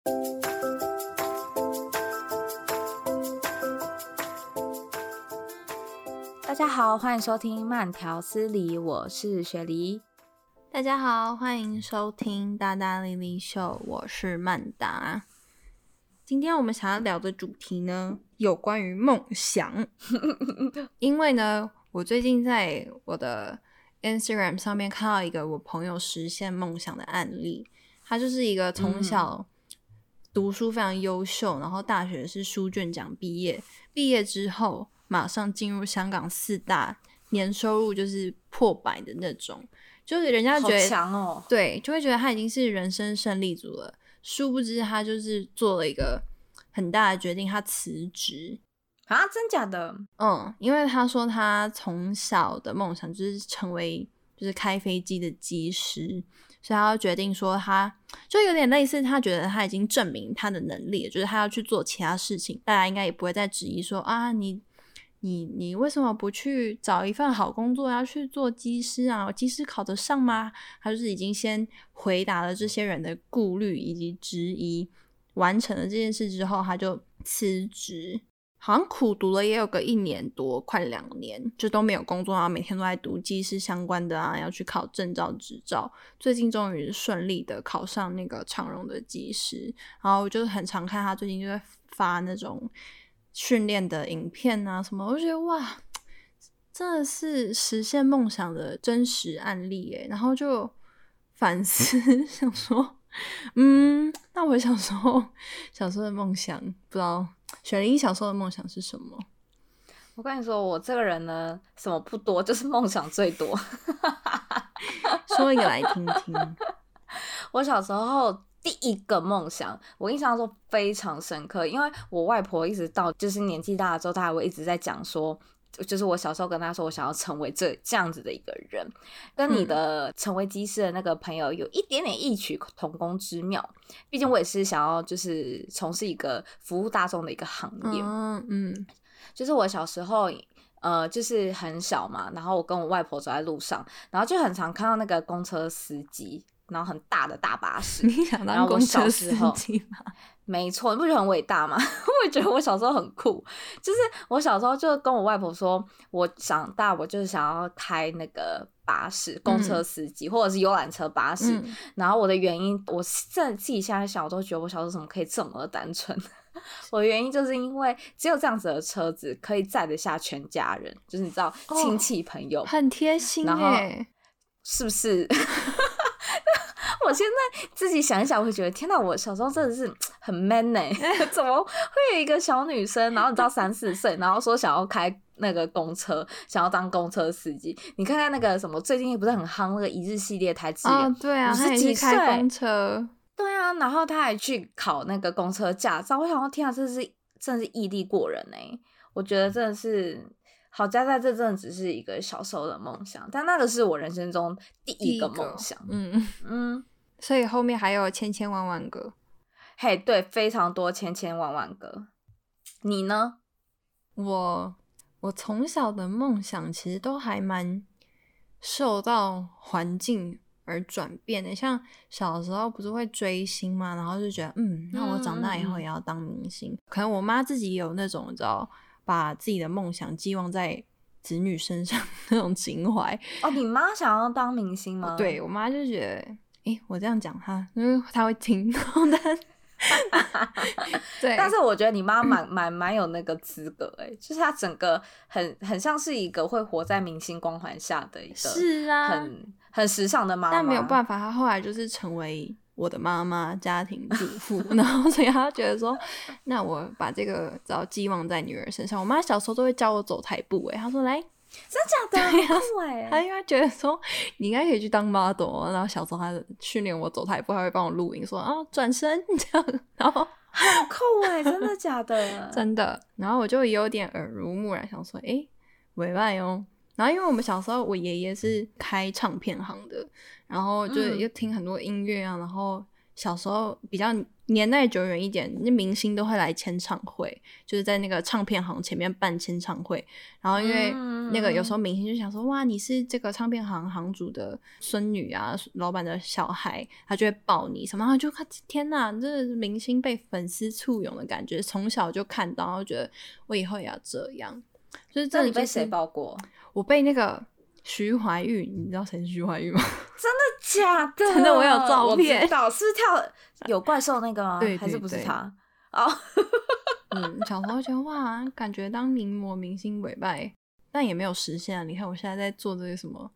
大家好，欢迎收听慢条斯理，我是雪梨。 大家好，欢迎收听大大莉莉秀，我是曼达。今天我们想要聊的主题呢，有关于梦想。因为呢，我最近在我的 Instagram 上面看到一个我朋友实现梦想的案例。他就是一个从小读书非常优秀，然后大学是书卷奖毕业之后马上进入香港4大，年收入就是破百的那种，就是人家觉得好强哦， 对，就会觉得他已经是人生胜利组了。殊不知他就是做了一个很大的决定，他辞职啊，真假的？ 因为他说他从小的梦想就是成为就是开飞机的机师，所以他要决定说他就有点类似，他觉得他已经证明他的能力了，就是他要去做其他事情，大家应该也不会再质疑说啊你为什么不去找一份好工作，要去做机师啊？机师考得上吗？他就是已经先回答了这些人的顾虑以及质疑，完成了这件事之后，他就辞职，好像苦读了也有个1年多，快2年，就都没有工作，然后每天都在读机师相关的啊，要去考证照执照。最近终于顺利的考上那个长荣的机师，然后我就很常看他最近就在发那种训练的影片啊什么，我就觉得哇，真的是实现梦想的真实案例耶。然后就反思想说那我小时候的梦想，不知道雪梨小时候的梦想是什么？ 我跟你说，我这个人呢，什么不多，就是梦想最多。 说一个来听听。 我小时候第一个梦想，我印象中非常深刻，因为我外婆一直到就是年纪大了之后，她还会一直在讲说，就是我小时候跟她说我想要成为这样子的一个人，跟你的成为机师的那个朋友有一点点异曲同工之妙。毕竟我也是想要就是从事一个服务大众的一个行业。就是我小时候就是很小嘛，然后我跟我外婆走在路上，然后就很常看到那个公车司机，然后很大的大巴士。 你想当公车司机吗？ 没错，你不觉得很伟大吗？我也觉得我小时候很酷，就是我小时候就跟我外婆说，我长大我就是想要开那个巴士，公车司机，或者是游览车巴士。然后我的原因，我自己现在想，我都觉得我小时候怎么可以这么的单纯。我的原因就是因为只有这样子的车子可以载得下全家人，就是你知道亲戚朋友， 很贴心耶， 是不是？我现在自己想一想，我会觉得天哪，我小时候真的是很 man 欸怎么会有一个小女生，然后你知道3、4岁，然后说想要开那个公车，想要当公车司机？你看看那个什么，最近也不是很夯那个一日系列台志远， 对啊， 他也去开公车， 对啊，然后他还去考那个公车驾照。我想说，天啊，真的是毅力过人欸！我觉得真的是好家在这真的只是一个小时候的梦想，但那个是我人生中第一个梦想。 所以后面还有千千万万个。 嘿，对，非常多，千千万万个。你呢？ 我从小的梦想其实都还蛮受到环境而转变的，像小时候不是会追星嘛，然后就觉得那我长大以后也要当明星。可能我妈自己也有那种你知道把自己的梦想寄望在子女身上那种情怀。 你妈想要当明星吗？ 对，我妈就觉得我这样讲她，因为她会听但对， 但是我觉得你妈蛮有那个资格就是她整个很像是一个会活在明星光环下的一个是啊， 很时尚的妈妈。 但没有办法，她后来就是成为我的妈妈，家庭主妇，然后所以她觉得说，那我把这个只要寄望在女儿身上。我妈小时候都会教我走台步她说来。 真假的？很酷他应该觉得说你应该可以去当 model， 然后小时候他训练我走台步，他会帮我录音说转身这样，然后很酷真的假的？ 真的。然后我就有点耳濡目染，想说委外哦。然后因为我们小时候我爷爷是开唱片行的，然后就又听很多音乐啊，然后小时候比较年代久远一点，那明星都会来签唱会，就是在那个唱片行前面办签唱会。然后因为那个有时候明星就想说，哇，你是这个唱片行行主的孙女啊，老板的小孩，他就会抱你什么，然后就看天哪，这明星被粉丝簇拥的感觉，从小就看到，然后觉得我以后也要这样。就是真的、 你被谁抱过？ 我被那个徐怀钰，你知道谁是徐怀钰吗？ 真的假的？ 真的，我有照片。 我知道，是不是跳有怪兽那个吗？ 对， 还是不是他？哦， 小时候觉得哇，感觉当名模明星尾拜，但也没有实现啊。你看我现在在做这个什么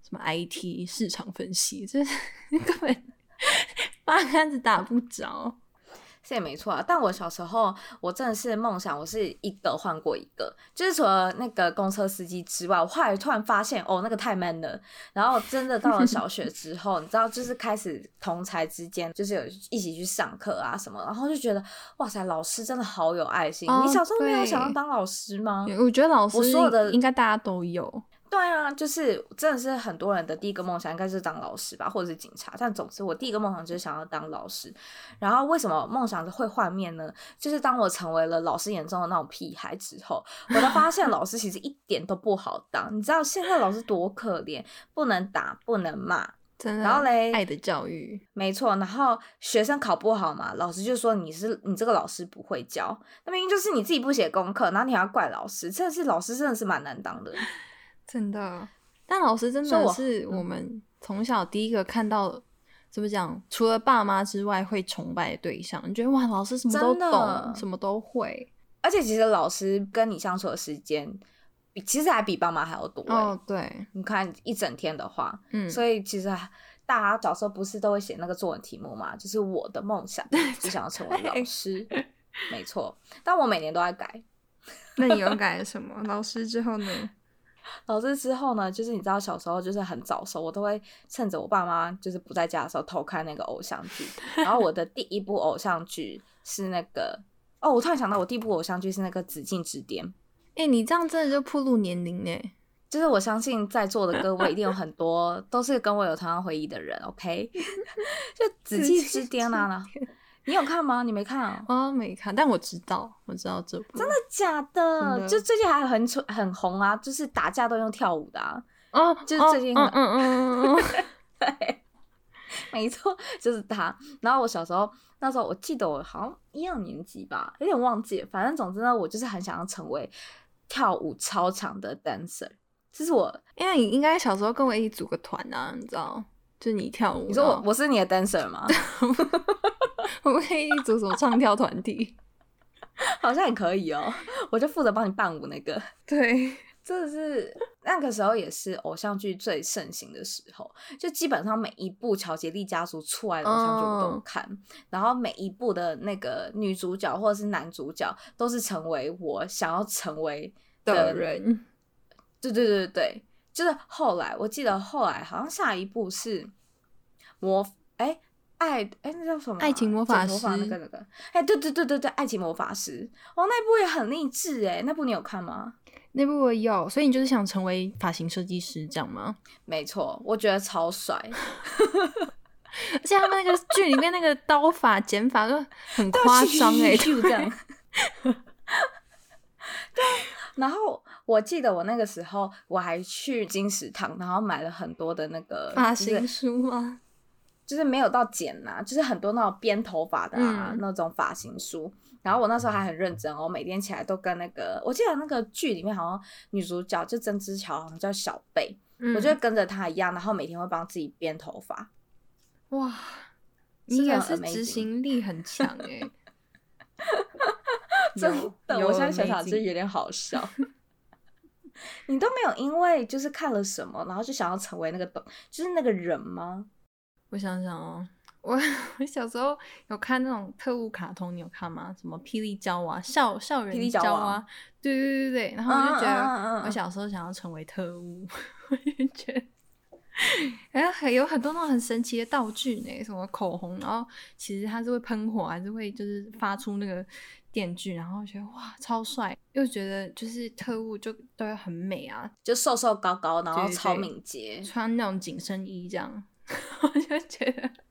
IT 市场分析，这根本八竿子打不着。 是也没错啊，但我小时候我真的是梦想，我是一个换过一个，就是除了那个公车司机之外，我后来突然发现那个太 man 了。然后真的到了小学之后，你知道，就是开始同才之间就是有一起去上课啊什么，然后就觉得哇塞，老师真的好有爱心。你小时候没有想要当老师吗？ 我觉得老师我所有的应该大家都有。 对啊，就是真的是很多人的第一个梦想应该是当老师吧，或者是警察。但总之，我第一个梦想就是想要当老师。然后为什么梦想会幻灭呢？就是当我成为了老师眼中的那种屁孩之后，我才发现老师其实一点都不好当。你知道现在老师多可怜，不能打，不能骂。 真的， 然后嘞， 爱的教育， 没错。然后学生考不好嘛，老师就说你这个老师不会教，那明明就是你自己不写功课，然后你还要怪老师，真的是老师真的是蛮难当的。 真的，但老师真的是我们从小第一个看到，怎么讲？除了爸妈之外，会崇拜的对象。你觉得哇，老师什么都懂，什么都会。 而且其实老师跟你相处的时间，其实还比爸妈还要多。 对， 你看一整天的话，所以其实大家小时候不是都会写那个作文题目嘛？就是我的梦想就想要成为老师，没错。但我每年都在改。 那你有改什么？老师之后呢？ 老师之后呢，就是你知道小时候就是很早熟，我都会趁着我爸妈就是不在家的时候偷看那个偶像剧。然后我的第一部偶像剧是那个我突然想到我第一部偶像剧是那个《紫禁之巅》。 你这样真的就暴露年龄耶。 就是我相信在座的各位一定有很多都是跟我有同样回忆的人 OK 就《紫禁之巅》啊，你有看吗？你没看啊？ 没看，但我知道这部。 真的假的？就最近还很红啊，就是打架都用跳舞的啊。就是最近对，没错，就是他。然后我小时候那时候，我记得我好像1、2年级吧，有点忘记了。反正总之呢，我就是很想要成为跳舞超强的 dancer。这是我， 因为你应该小时候跟我一起组个团啊，你知道？就是你跳舞。 你说我是你的 dancer 吗？ 我们可以一起组什么唱跳团体？ 好像也可以哦，我就负责帮你伴舞那个。 对， 真的是那个时候也是偶像剧最盛行的时候，就基本上每一部乔杰利家族出来的偶像剧我都有看，然后每一部的那个女主角或者是男主角都是成为我想要成为的人。 对，就是后来我记得后来好像下一部是那叫什么？ 爱情魔法师那个对，爱情魔法师。那部也很励志那部你有看吗？ 那部我有，所以你就是想成为发型设计师这样吗？ 没错，我觉得超帅。 而且他们那个剧里面那个刀法剪法都很夸张就这样。对，然后我记得我那个时候我还去金石堂，然后买了很多的那个发型书吗？ 就是没有到剪就是很多那种编头发的那种发型书。然后我那时候还很认真每天起来都跟那个，我记得那个剧里面好像女主角就曾之乔好像叫小贝，我就会跟着她一样，然后每天会帮自己编头发。 哇，你也是执行力很强真的，我现在想想就有點好笑。你都没有因为就是看了什么，然后就想要成为那个就是那个人吗？ 我想想我小时候有看那种特务卡通，你有看吗？什么霹雳娇娃、校园娇娃？对。然后我就觉得我小时候想要成为特务，我就觉得。然后有很多那种很神奇的道具呢，什么口红，然后其实它是会喷火，还是会就是发出那个电锯，然后觉得哇超帅，又觉得就是特务就都会很美啊， 就瘦瘦高高，然后超敏捷， 穿那种紧身衣这样，我就觉得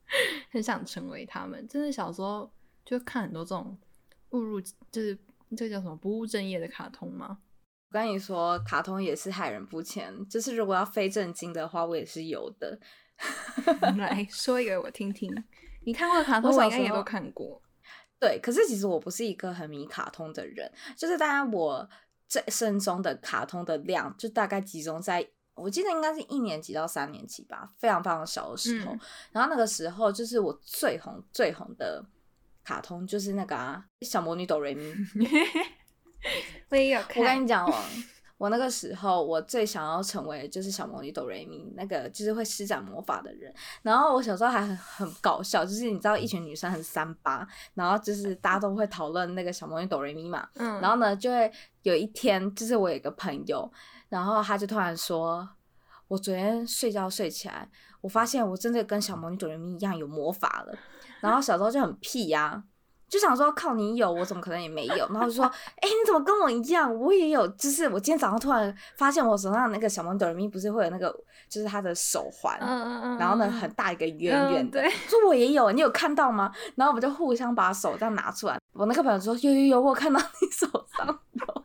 很想成为他们。真的小时候就看很多这种误入，就是这叫什么不务正业的卡通吗？ 我跟你说，卡通也是害人不浅，就是如果要非正经的话，我也是有的。 来说一个我听听。你看过的卡通，我应该也都看过。 对，可是其实我不是一个很迷卡通的人，就是大概我这生中的卡通的量，就大概集中在我记得应该是1年级到3年级吧，非常非常小的时候。然后那个时候就是我最红的卡通就是那个小魔女哆瑞咪。 我也有看。 我跟你讲哦，我那个时候我最想要成为就是小魔女哆瑞咪，那个就是会施展魔法的人。然后我小时候还很搞笑，就是你知道一群女生很3八，然后就是大家都会讨论那个小魔女哆瑞咪嘛。然后呢就会有一天，就是我有一个朋友，然后他就突然说，我昨天睡觉睡起来，我发现我真的跟小魔女哆瑞咪一样有魔法了。然后小时候就很屁啊，就想说靠你有，我怎么可能也没有？然后就说，你怎么跟我一样？我也有，就是我今天早上突然发现我手上的那个小魔女哆瑞咪不是会有那个，就是她的手环，然后呢很大一个圆圆的，说我也有，你有看到吗？然后我们就互相把手这样拿出来。我那个朋友说有，我看到你手上有。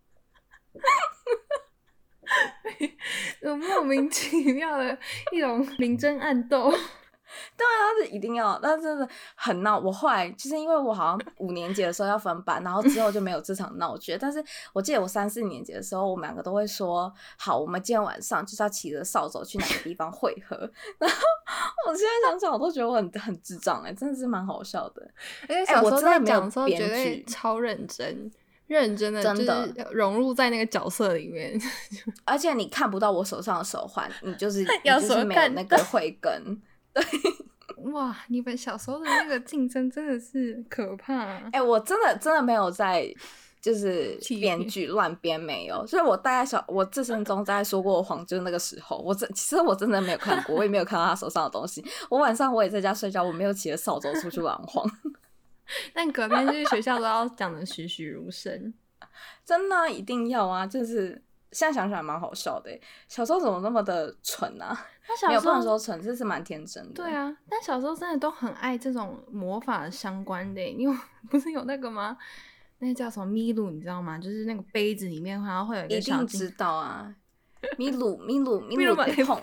有莫名其妙的一种明争暗斗。 对啊，他是一定要，但真的很闹。我后来就是因为我好像5年级的时候要分班，然后之后就没有这场闹剧。但是我记得我3、4年级的时候，我们2个都会说好，我们今天晚上就是要骑着扫帚去哪个地方汇合。然后我现在想想，我都觉得我很智障真的是蛮好笑的。 而且小时候在讲的时候，绝对超认真。认真的，就是融入在那个角色里面。 而且你看不到我手上的手环，你就是没有那个慧根。对， 哇，你们小时候的那个竞争真的是可怕。 我真的没有在就是编剧乱编，没有。所以我大概我自身中大概说过谎，就是那个时候，其实我真的没有看过，我也没有看到他手上的东西。我晚上我也在家睡觉，我没有骑着扫帚出去玩晃。 但隔天去学校都要讲得栩栩如生。 真的一定要啊！就是现在想想蛮好笑的，小时候怎么那么的蠢啊？没有不能说蠢，这是蛮天真的。 对啊，但小时候真的都很爱这种魔法相关的。你不是有那个吗？那个叫什么咪露，你知道吗？就是那个杯子里面好像会有一个小一定知道啊，咪露得碰。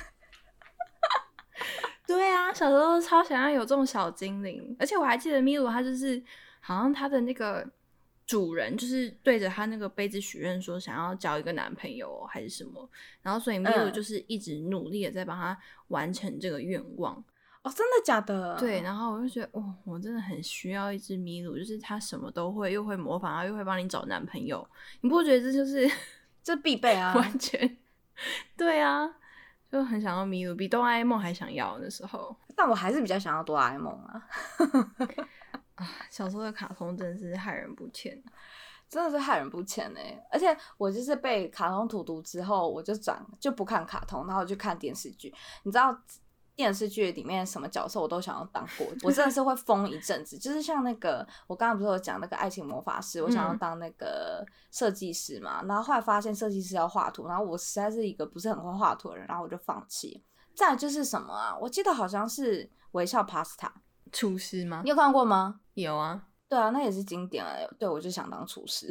对啊，小时候超想要有这种小精灵，而且我还记得咪露，他就是好像他的那个主人就是对着他那个杯子许愿说想要交一个男朋友还是什么，然后所以咪露就是一直努力的在帮他完成这个愿望。 哦，真的假的？ 对，然后我就觉得我真的很需要一只咪露，就是他什么都会，又会魔法，然后又会帮你找男朋友，你不觉得这就是这必备啊？ 完全对啊，就很想要咪露，比哆啦 A 梦还想要那时候。 但我还是比较想要哆啦 A 梦啊。 小时候的卡通真的是害人不浅， 真的是害人不浅而且我就是被卡通荼毒之后，我就不看卡通，然后我就看电视剧。你知道电视剧里面什么角色我都想要当过，我真的是会疯一阵子。就是像那个我刚刚不是有讲那个爱情魔法师，我想要当那个设计师嘛，然后后来发现设计师要画图，然后我实在是一个不是很会画图的人，然后我就放弃。再来就是什么啊？我记得好像是微笑 Pasta 厨师吗？ 你有看过吗？ 有啊。 对啊，那也是经典对，我就想当厨师。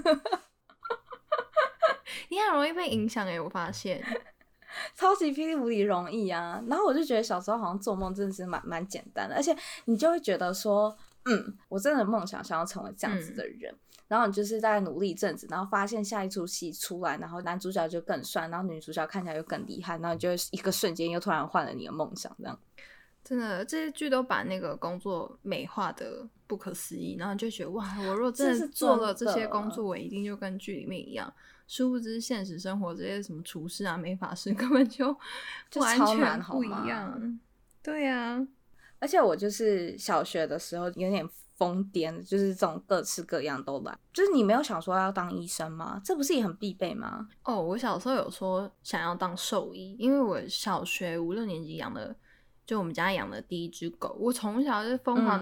你很容易被影响我发现。 超级霹雳无敌容易啊！然后我就觉得小时候好像做梦真的是蛮简单的，而且你就会觉得说，我真的梦想要成为这样子的人。然后你就是大概努力一阵子，然后发现下一出戏出来，然后男主角就更帅，然后女主角看起来又更厉害，然后你就一个瞬间又突然换了你的梦想，这样。 真的，这些剧都把那个工作美化的不可思议，然后你就觉得哇，我如果真的做了这些工作，我一定就跟剧里面一样。殊不知现实生活这些什么厨师啊、美发师根本就完全不一样。对啊， 而且我就是小学的时候有点疯癫，就是这种各式各样都来。就是你没有想说要当医生吗？这不是也很必备吗？ 我小时候有说想要当兽医，因为我小学5、6年级养的，就我们家养的第一只狗，我从小就疯狂的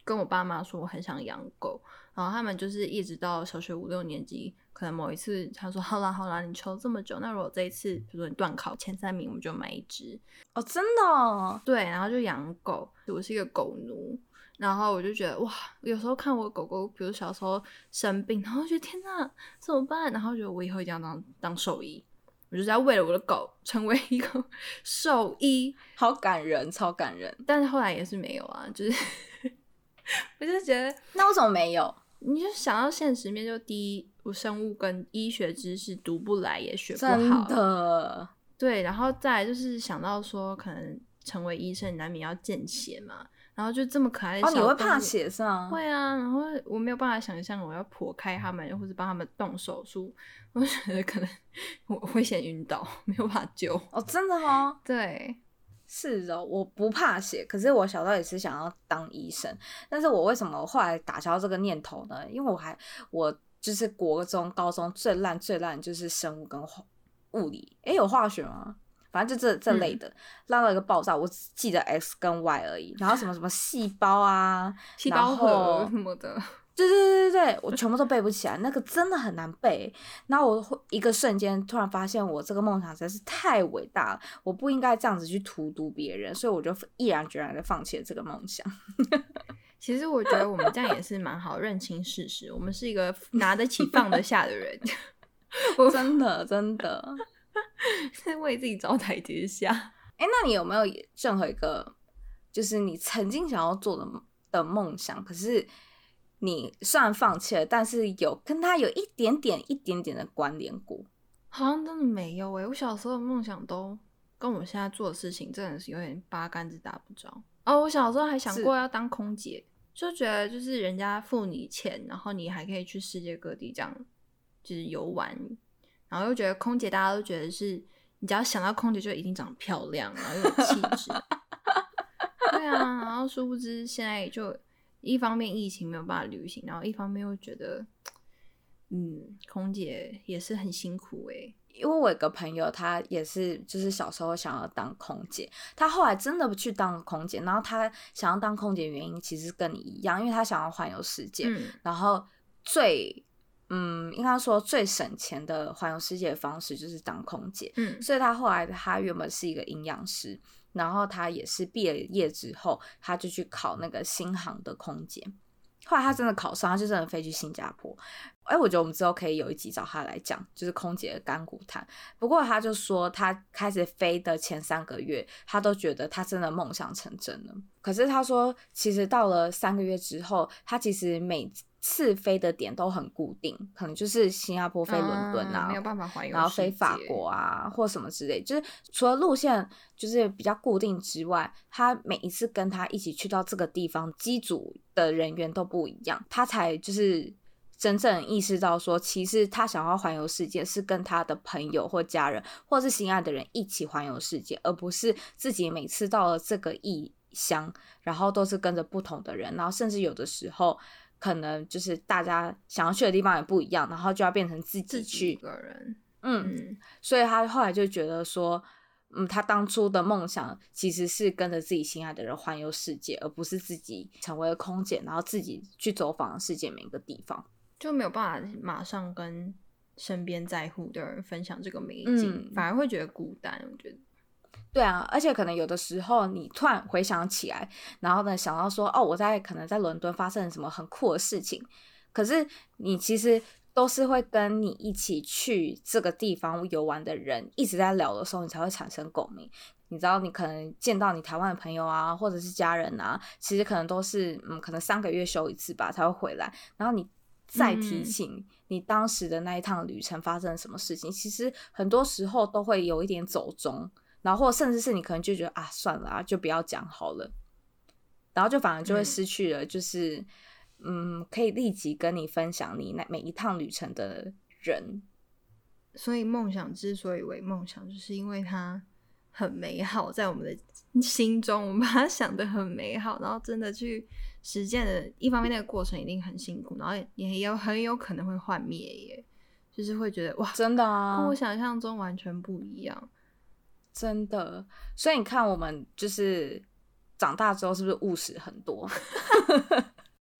跟我爸妈说我很想养狗，然后他们就是一直到小学5、6年级，可能某一次他说好啦，你求这么久，那如果这一次比如说你段考前3名，我们就买一只。 哦，真的哦。 对，然后就养狗，我是一个狗奴。然后我就觉得哇，有时候看我狗狗，比如小时候生病，然后觉得天哪，怎么办？然后觉得我以后一定要当兽医，我就是要为了我的狗成为一个兽医。 好感人，超感人。 但是后来也是没有啊，就是我就觉得， 那为什么没有？ 你就想到现实面，就第一，我生物跟医学知识读不来，也学不好， 真的。 对，然后再来就是想到说，可能成为医生难免要见血嘛，然后就这么可爱的小动物， 你会怕血是吗？ 会啊，然后我没有办法想象我要剖开他们，或者帮他们动手术，我觉得可能我会先晕倒，没有办法救。 哦，真的哦。 对， 是哦，我不怕血，可是我小时候也是想要当医生，但是我为什么后来打消这个念头呢？因为我就是国中、高中最烂就是生物跟物理，有化学吗？反正就这类的，烂到一个爆炸。我只记得 X 跟 Y 而已，然后什么细胞啊， 细胞核什么的。 对，我全部都背不起来，那个真的很难背。然后我一个瞬间突然发现，我这个梦想实在是太伟大了，我不应该这样子去荼毒别人，所以我就毅然决然的放弃了这个梦想。 其实我觉得我们这样也是蛮好，认清事实，我们是一个拿得起放得下的人。 真的是为自己找台阶下。 那你有没有任何一个就是你曾经想要做的梦想，可是你虽然放弃了，但是跟他有一点点的关联过？ 好像真的没有我小时候的梦想都跟我现在做的事情真的是有点八竿子打不着。我小时候还想过要当空姐，就觉得就是人家付你钱，然后你还可以去世界各地这样就是游玩，然后又觉得空姐大家都觉得是你只要想到空姐就一定长得漂亮，然后又有气质。对啊，然后殊不知现在就一方面疫情没有办法旅行，然后一方面又觉得空姐也是很辛苦因为我有个朋友，他也是就是小时候想要当空姐，他后来真的去当了空姐，然后他想要当空姐的原因其实跟你一样，因为他想要环游世界，然后应该说最省钱的环游世界的方式就是当空姐，所以他后来他原本是一个营养师，然后他也是毕了业之后，他就去考那个新航的空姐，后来他真的考上，他就真的飞去新加坡。我觉得我们之后可以有一集找他来讲，就是空姐的甘苦谈。不过他就说，他开始飞的前3个月，他都觉得他真的梦想成真了。可是他说，其实到了3个月之后，他其实每次飞的点都很固定，可能就是新加坡飞伦敦啊， 没有办法环游世界， 然后飞法国啊，或什么之类。就是除了路线就是比较固定之外，他每一次跟他一起去到这个地方，机组的人员都不一样，他才就是真正意识到说，其实他想要环游世界是跟他的朋友或家人或是心爱的人一起环游世界，而不是自己每次到了这个异乡，然后都是跟着不同的人，然后甚至有的时候可能就是大家想要去的地方也不一样，然后就要变成自己去一个人。 所以他后来就觉得说他当初的梦想其实是跟着自己心爱的人环游世界，而不是自己成为了空姐，然后自己去走访世界每一个地方， 就没有办法马上跟身边在乎的人分享这个美景，反而会觉得孤单。我觉得对啊，而且可能有的时候你突然回想起来，然后呢想到说我可能在伦敦发生了什么很酷的事情，可是你其实都是会跟你一起去这个地方游玩的人一直在聊的时候，你才会产生共鸣。你知道你可能见到你台湾的朋友啊，或者是家人啊，其实可能都是可能3个月休一次吧才会回来，然后你再提起你当时的那一趟旅程发生了什么事情，其实很多时候都会有一点走钟，然后或甚至是你可能就觉得算了啊，就不要讲好了，然后就反而就会失去了就是可以立即跟你分享你每一趟旅程的人。 所以梦想之所以为梦想，就是因为它很美好，在我们的心中我们把它想得很美好，然后真的去实践的一方面那个过程一定很辛苦，然后也很有可能会幻灭耶，就是会觉得哇， 真的啊， 跟我想象中完全不一样， 真的。所以你看我们就是长大之后是不是务实很多？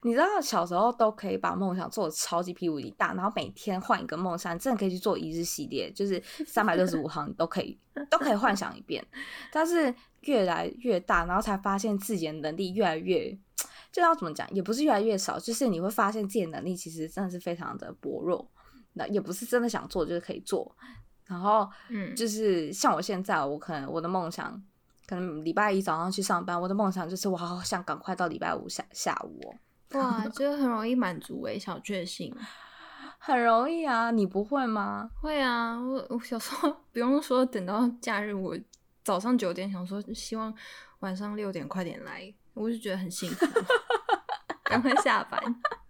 你知道小时候都可以把梦想做的超级屁无敌大，然后每天换一个梦想，真的可以去做一日系列，就是365行你都可以幻想一遍。但是越来越大，然后才发现自己的能力越来越，就要怎么讲，也不是越来越少，就是你会发现自己的能力其实真的是非常的薄弱，那也不是真的想做就是可以做。然后就是像我现在，我可能我的梦想，可能礼拜一早上去上班，我的梦想就是我好想赶快到礼拜五下午哦。 哇，这个很容易满足欸，小确幸。 很容易啊，你不会吗？ 会啊，我小时候不用说等到假日，我早上9点想说希望晚上6点快点来，我就觉得很幸福，赶快下班。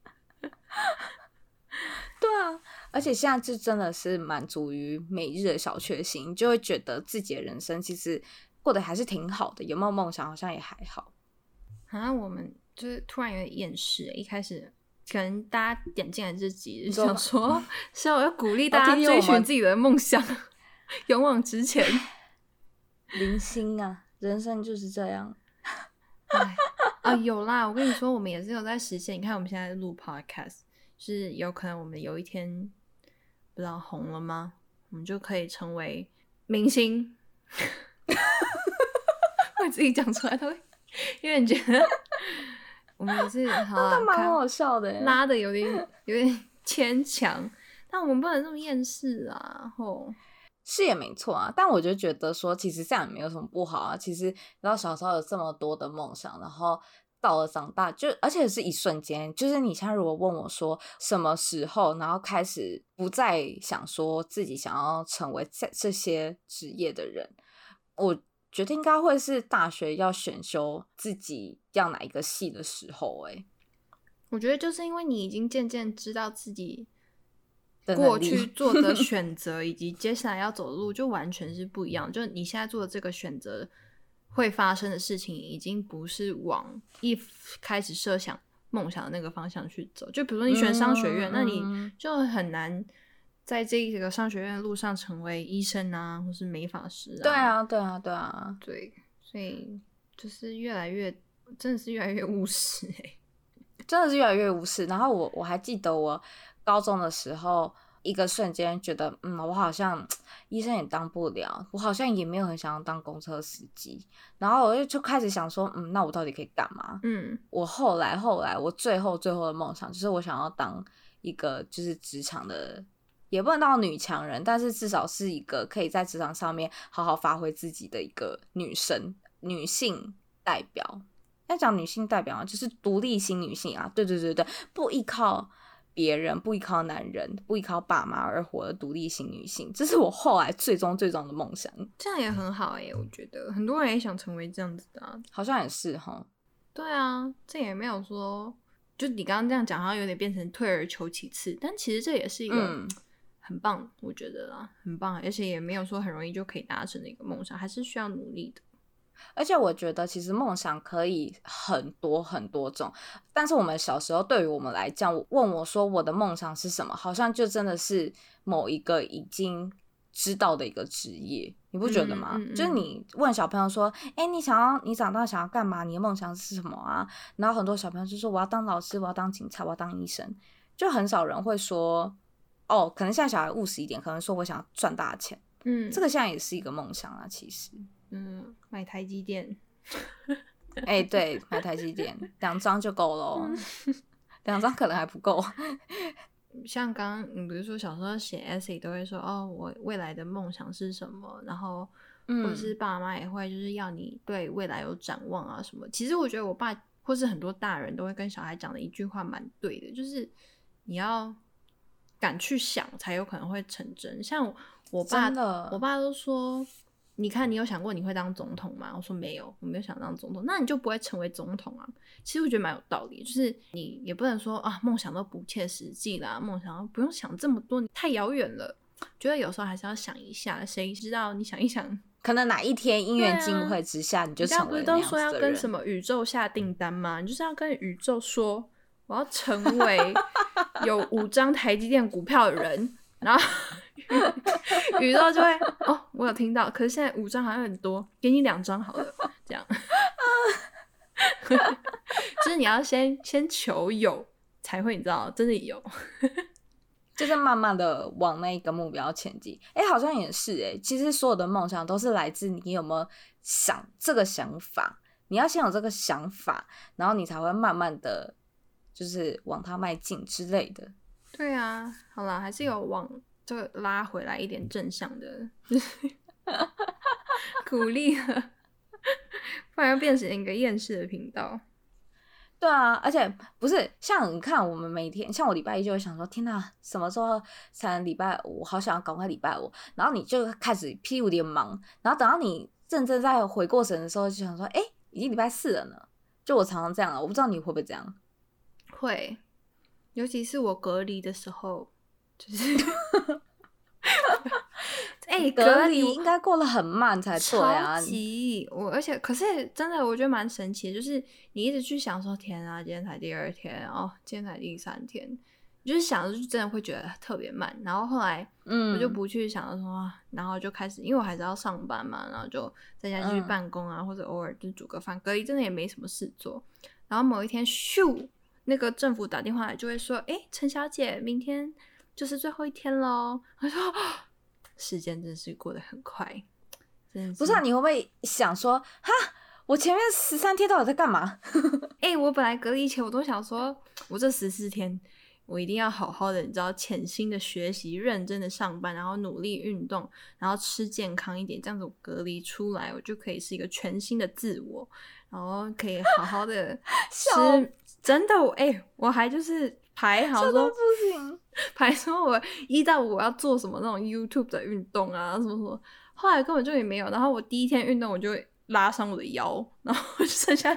对啊，而且现在就真的是满足于每日的小确幸，就会觉得自己的人生其实过得还是挺好的，有没有梦想好像也还好。 我们就是突然有点厌世欸，一开始可能大家点进来这集想说是我要鼓励大家追寻自己的梦想，勇往直前。 零星啊，人生就是这样。 有啦，我跟你说，我们也是有在实现。你看，我们现在录 podcast， 是有可能我们有一天不知道红了吗？我们就可以成为明星。我自己讲出来都会，因为你觉得我们也是好啊， 蛮好笑的耶， 拉的有点牵强，但我们不能这么厌世啊！ 是也没错啊，但我就觉得说，其实这样也没有什么不好啊。其实，然后小时候有这么多的梦想，然后到了长大，就而且是一瞬间。就是你现在如果问我说什么时候，然后开始不再想说自己想要成为这些职业的人，我觉得应该会是大学要选修自己要哪一个系的时候。 我觉得就是因为你已经渐渐知道自己过去做的选择以及接下来要走的路就完全是不一样，就你现在做的这个选择会发生的事情已经不是往一开始设想梦想的那个方向去走。就比如说你选商学院，那你就很难在这个商学院的路上成为医生啊，或是美发师啊。 对啊对啊对啊， 对，所以就是真的是越来越务实真的是越来越务实。然后我还记得我高中的时候，一个瞬间觉得，我好像医生也当不了，我好像也没有很想要当公车司机。然后我就开始想说，那我到底可以干嘛？我后来我最后的梦想就是我想要当一个就是职场的，也不能当女强人，但是至少是一个可以在职场上面好好发挥自己的一个女性代表。要讲女性代表就是独立型女性啊，对，不依靠别人，不依靠男人，不依靠爸妈而活的独立型女性，这是我后来最终的梦想。 这样也很好耶，我觉得很多人也想成为这样子的啊。 好像也是齁。 对啊，这也没有说，就你刚刚这样讲好像有点变成退而求其次，但其实这也是一个很棒，我觉得啦，很棒，而且也没有说很容易就可以达成的一个梦想，还是需要努力的。 而且我觉得其实梦想可以很多很多种，但是我们小时候对于我们来讲，问我说我的梦想是什么，好像就真的是某一个已经知道的一个职业，你不觉得吗？就是你问小朋友说你长大想要干嘛，你的梦想是什么啊？然后很多小朋友就说我要当老师，我要当警察，我要当医生，就很少人会说可能现在小孩务实一点，可能说我想要赚大钱，这个现在也是一个梦想啊，其实买台积电。 对，买台积电2张就够了2张可能还不够。 像刚刚你比如说小时候写 essay 都会说我未来的梦想是什么，然后或是爸妈也会就是要你对未来有展望啊什么。其实我觉得我爸或是很多大人都会跟小孩讲的一句话蛮对的，就是你要敢去想才有可能会成真。像我爸都说，你看你有想过你会当总统吗？我说没有，我没有想当总统。那你就不会成为总统啊。其实我觉得蛮有道理，就是你也不能说梦想都不切实际啦，梦想不用想这么多，太遥远了。觉得有时候还是要想一下，谁知道你想一想， 可能哪一天因缘际会之下，你就成为了那样子的人。不是都说要跟什么宇宙下订单吗？你就是要跟宇宙说，我要成为有5张台积电股票的人，然后宇宙就会我有听到，可是现在5张好像很多，给你2张好了，这样。 就是你要先求有，才会你知道真的有。 就是慢慢的往那一个目标前进。好像也是其实所有的梦想都是来自你有没有这个想法，你要先有这个想法，然后你才会慢慢的就是往它迈进之类的。 对啊，好啦，还是有往这个拉回来一点正向的鼓励了，不然要变成一个厌世的频道。 对啊，而且不是像你看，我们每天像我礼拜一就会想说，天哪，什么时候才能礼拜五？好想要赶快礼拜五，然后你就开始屁股有点忙，然后等到你认真再回过神的时候，就想说，已经礼拜四了呢。就我常常这样了，我不知道你会不会这样。 会，尤其是我隔离的时候，就是隔离应该过得很慢才对啊。 超级而且可是真的我觉得蛮神奇的，就是你一直去想说天啊，今天才第2天哦，今天才第3天，你就是想就真的会觉得特别慢。然后后来我就不去想说然后就开始，因为我还是要上班嘛，然后就在家继续办公啊，或者偶尔就煮个饭。隔离真的也没什么事做，然后某一天咻，那个政府打电话来就会说，陈小姐，明天就是最后一天咯。他说时间真是过得很快，真的不是啊？你会不会想说，哈，我前面13天到底在干嘛？ 我本来隔离前我都想说，我这14天我一定要好好的，你知道，潜心的学习，认真的上班，然后努力运动，然后吃健康一点，这样子我隔离出来，我就可以是一个全新的自我，然后可以好好的吃。真的，我还就是排好说不行， 排说我1到5我要做什么那种 YouTube 的运动啊，什么什么，后来根本就也没有。然后我第1天运动我就拉伤我的腰，然后就剩下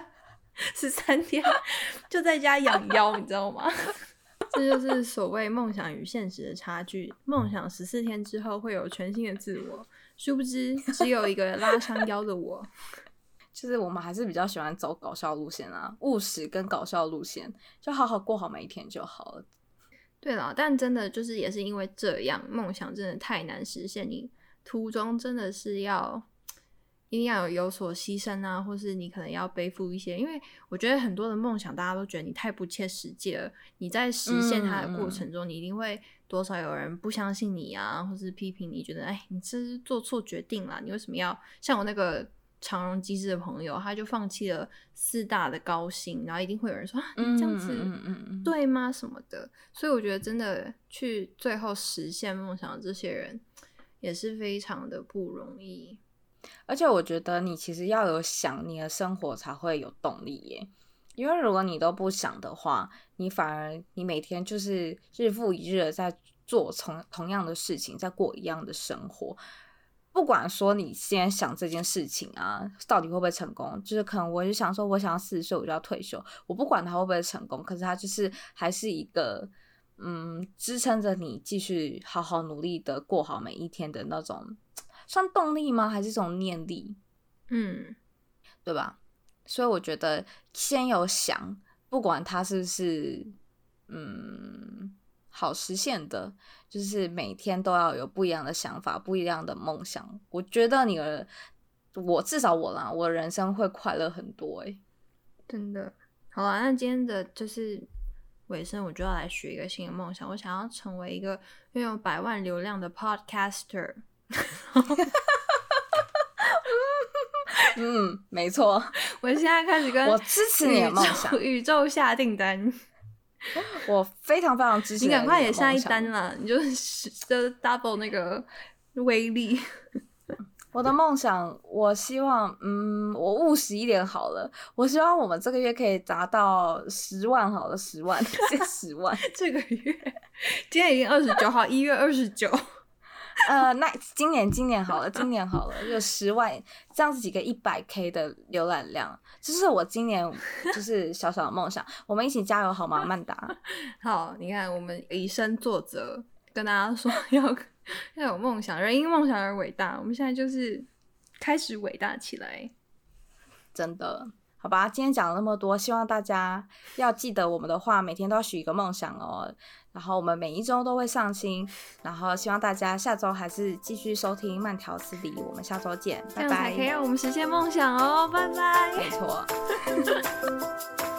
13天就在家养腰，你知道吗？这就是所谓梦想与现实的差距。梦想14天之后会有全新的自我，殊不知只有一个拉伤腰的我。 就是我们还是比较喜欢走搞笑路线啊，务实跟搞笑路线，就好好过好每一天就好了。 对啦，但真的就是也是因为这样，梦想真的太难实现，你途中真的是一定要有所牺牲啊，或是你可能要背负一些，因为我觉得很多的梦想大家都觉得你太不切实际了，你在实现它的过程中，你一定会多少有人不相信你啊，或是批评你，觉得你这是做错决定啦，你为什么要像我那个长荣机师的朋友，他就放弃了4大的高薪，然后一定会有人说你这样子对吗什么的。所以我觉得真的去最后实现梦想的这些人也是非常的不容易。 而且我觉得你其实要有想，你的生活才会有动力耶。因为如果你都不想的话，你反而你每天就是日复一日的在做同样的事情，在过一样的生活。不管说你现在想这件事情啊，到底会不会成功，就是可能我就想说，我想要40岁我就要退休，我不管它会不会成功，可是它就是还是一个支撑着你继续好好努力的过好每一天的那种，算动力吗？还是一种念力？对吧？所以我觉得先有想，不管它是不是好实现的，就是每天都要有不一样的想法，不一样的梦想。我觉得至少我啦，我的人生会快乐很多真的。好啦，那今天的就是尾声，我就要来许一个新的梦想，我想要成为一个拥有100万流量的 podcaster。 没错， 我现在开始跟我支持你的梦想， 宇宙下订单。 我非常非常支持你赶快也下一单啦，你就 double 那个威力。 我的梦想，我希望我务实一点好了，我希望我们这个月可以达到10万好了，10万10万这个月今天已经29号，1月29。 那今年好了，就10万，这样子几个100K 的浏览量，这是我今年就是小小的梦想。我们一起加油好吗，曼达？ 好，你看我们以身作则，跟大家说要有梦想，人因梦想而伟大。我们现在就是开始伟大起来， 真的。好吧，今天讲了那么多，希望大家要记得我们的话，每天都要许一个梦想哦。然后我们每一周都会上新，然后希望大家下周还是继续收听慢条斯理，我们下周见，拜拜。 这样才可以让我们实现梦想哦，拜拜。 没错。